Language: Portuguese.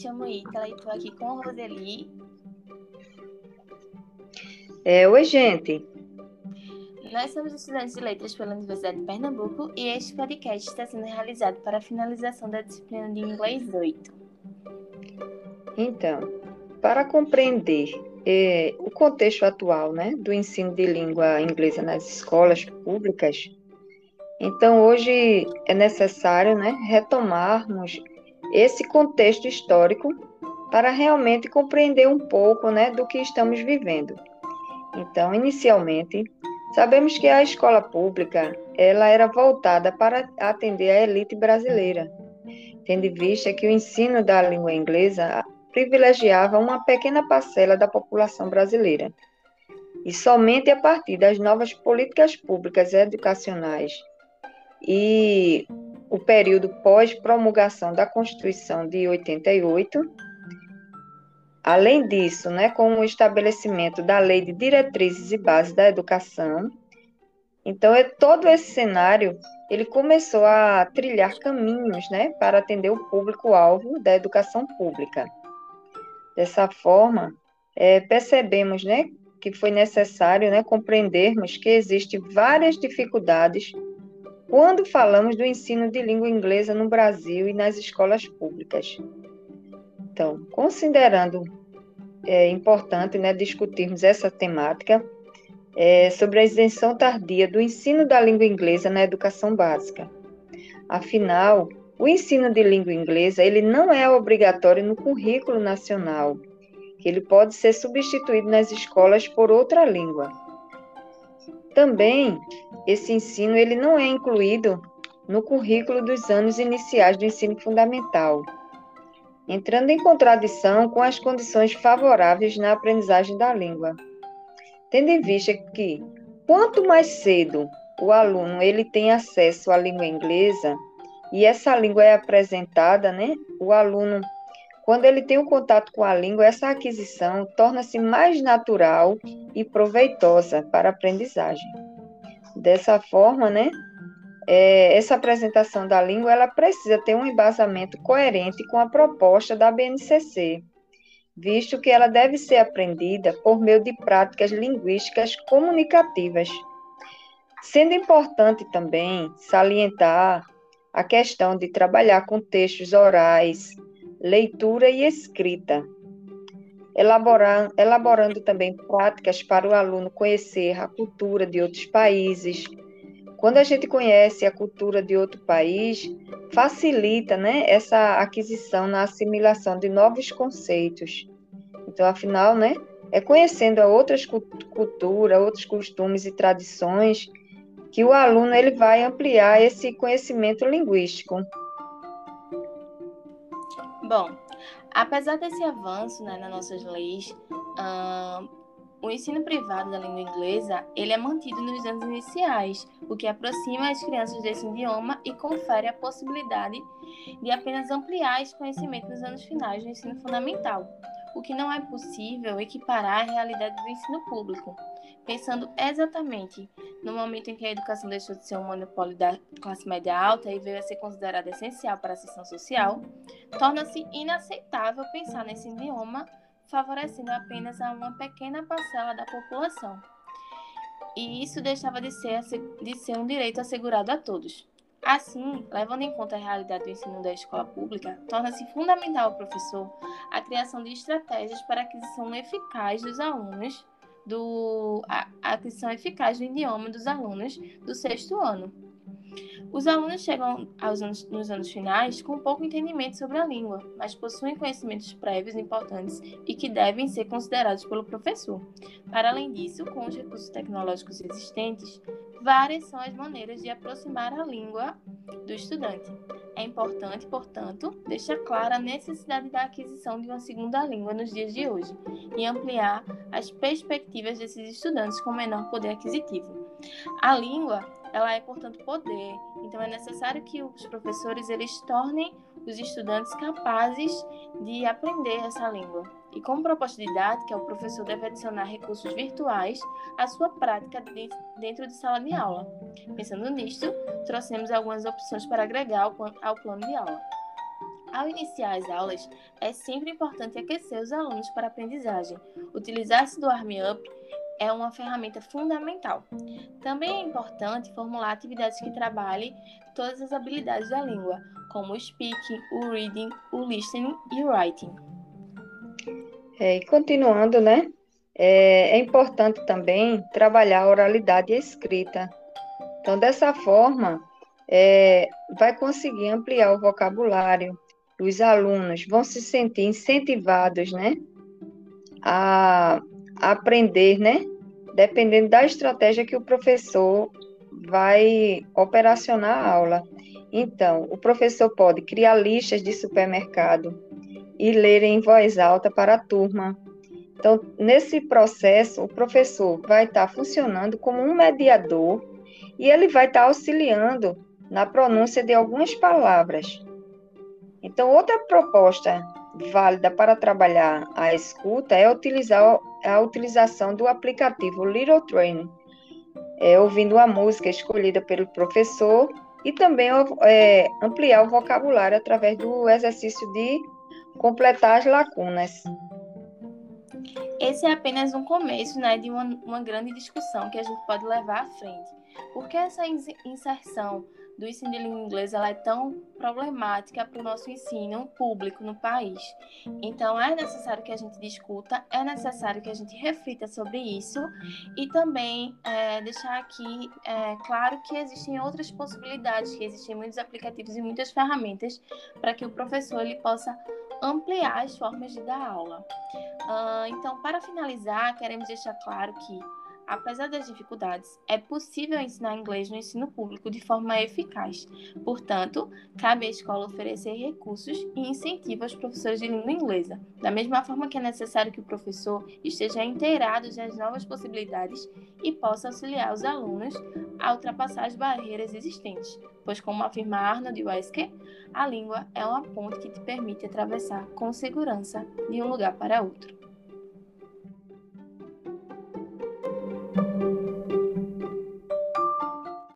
chamo Ítala e estou aqui com a Roseli. Oi, gente. Nós somos estudantes de letras pela Universidade de Pernambuco e este podcast está sendo realizado para a finalização da disciplina de Inglês 8. Então, para compreender o contexto atual, né, do ensino de língua inglesa nas escolas públicas, então hoje é necessário, né, retomarmos esse contexto histórico para realmente compreender um pouco, né, do que estamos vivendo. Então, inicialmente, sabemos que a escola pública ela era voltada para atender a elite brasileira, tendo em vista que o ensino da língua inglesa privilegiava uma pequena parcela da população brasileira. E somente a partir das novas políticas públicas educacionais e o período pós-promulgação da Constituição de 88, além disso, né, com o estabelecimento da Lei de Diretrizes e Bases da Educação, então todo esse cenário ele começou a trilhar caminhos, né, para atender o público-alvo da educação pública. Dessa forma, percebemos, né, que foi necessário, né, compreendermos que existem várias dificuldades quando falamos do ensino de língua inglesa no Brasil e nas escolas públicas. Então, considerando importante, né, discutirmos essa temática sobre a isenção tardia do ensino da língua inglesa na educação básica. Afinal, o ensino de língua inglesa ele não é obrigatório no currículo nacional, que ele pode ser substituído nas escolas por outra língua. Também, esse ensino ele não é incluído no currículo dos anos iniciais do ensino fundamental, entrando em contradição com as condições favoráveis na aprendizagem da língua. Tendo em vista que, quanto mais cedo o aluno ele tem acesso à língua inglesa, e essa língua é apresentada, né, o aluno, quando ele tem um contato com a língua, essa aquisição torna-se mais natural e proveitosa para a aprendizagem. Dessa forma, né, essa apresentação da língua ela precisa ter um embasamento coerente com a proposta da BNCC, visto que ela deve ser aprendida por meio de práticas linguísticas comunicativas. Sendo importante também salientar a questão de trabalhar com textos orais, leitura e escrita, elaborando também práticas para o aluno conhecer a cultura de outros países. Quando a gente conhece a cultura de outro país, facilita, né, essa aquisição na assimilação de novos conceitos. Então, afinal, né, é conhecendo outras culturas, outros costumes e tradições que o aluno ele vai ampliar esse conhecimento linguístico. Bom, apesar desse avanço, né, nas nossas leis, o ensino privado da língua inglesa ele é mantido nos anos iniciais, o que aproxima as crianças desse idioma e confere a possibilidade de apenas ampliar esse conhecimento nos anos finais do ensino fundamental, o que não é possível equiparar à realidade do ensino público. Pensando exatamente no momento em que a educação deixou de ser um monopólio da classe média alta e veio a ser considerada essencial para a ascensão social, torna-se inaceitável pensar nesse idioma favorecendo apenas a uma pequena parcela da população. E isso deixava de ser um direito assegurado a todos. Assim, levando em conta a realidade do ensino da escola pública, torna-se fundamental ao professor a criação de estratégias para a aquisição eficaz dos alunos a aquisição eficaz do idioma dos alunos do sexto ano. Os alunos chegam nos anos finais com pouco entendimento sobre a língua, mas possuem conhecimentos prévios importantes e que devem ser considerados pelo professor. Para além disso, com os recursos tecnológicos existentes, várias são as maneiras de aproximar a língua do estudante. É importante, portanto, deixar clara a necessidade da aquisição de uma segunda língua nos dias de hoje e ampliar as perspectivas desses estudantes com menor poder aquisitivo. A língua ela é, portanto, poder. Então, é necessário que os professores eles tornem os estudantes capazes de aprender essa língua. E como proposta didática, o professor deve adicionar recursos virtuais à sua prática dentro de sala de aula. Pensando nisto, trouxemos algumas opções para agregar ao plano de aula. Ao iniciar as aulas, é sempre importante aquecer os alunos para a aprendizagem. Utilizar-se do Warm-up é uma ferramenta fundamental. Também é importante formular atividades que trabalhem todas as habilidades da língua, como o speaking, o reading, o listening e o writing. E continuando, né? É importante também trabalhar a oralidade e a escrita. Então, dessa forma, vai conseguir ampliar o vocabulário. Os alunos vão se sentir incentivados, né, a aprender, né, dependendo da estratégia que o professor vai operacionar a aula. Então, o professor pode criar listas de supermercado e ler em voz alta para a turma. Então, nesse processo, o professor vai estar funcionando como um mediador e ele vai estar auxiliando na pronúncia de algumas palavras. Então, outra proposta válida para trabalhar a escuta é utilizar a utilização do aplicativo Little Training, ouvindo a música escolhida pelo professor e também ampliar o vocabulário através do exercício de completar as lacunas. Esse é apenas um começo, né, de uma grande discussão que a gente pode levar à frente. Por que essa inserção do ensino de língua inglesa ela é tão problemática para o nosso ensino público no país? Então, é necessário que a gente discuta, é necessário que a gente reflita sobre isso e também deixar aqui claro que existem outras possibilidades, que existem muitos aplicativos e muitas ferramentas para que o professor ele possa ampliar as formas de dar aula. Então, para finalizar, queremos deixar claro que, apesar das dificuldades, é possível ensinar inglês no ensino público de forma eficaz. Portanto, cabe à escola oferecer recursos e incentivo aos professores de língua inglesa, da mesma forma que é necessário que o professor esteja inteirado das novas possibilidades e possa auxiliar os alunos a ultrapassar as barreiras existentes, pois, como afirma Arnold Wesker, a língua é uma ponte que te permite atravessar com segurança de um lugar para outro.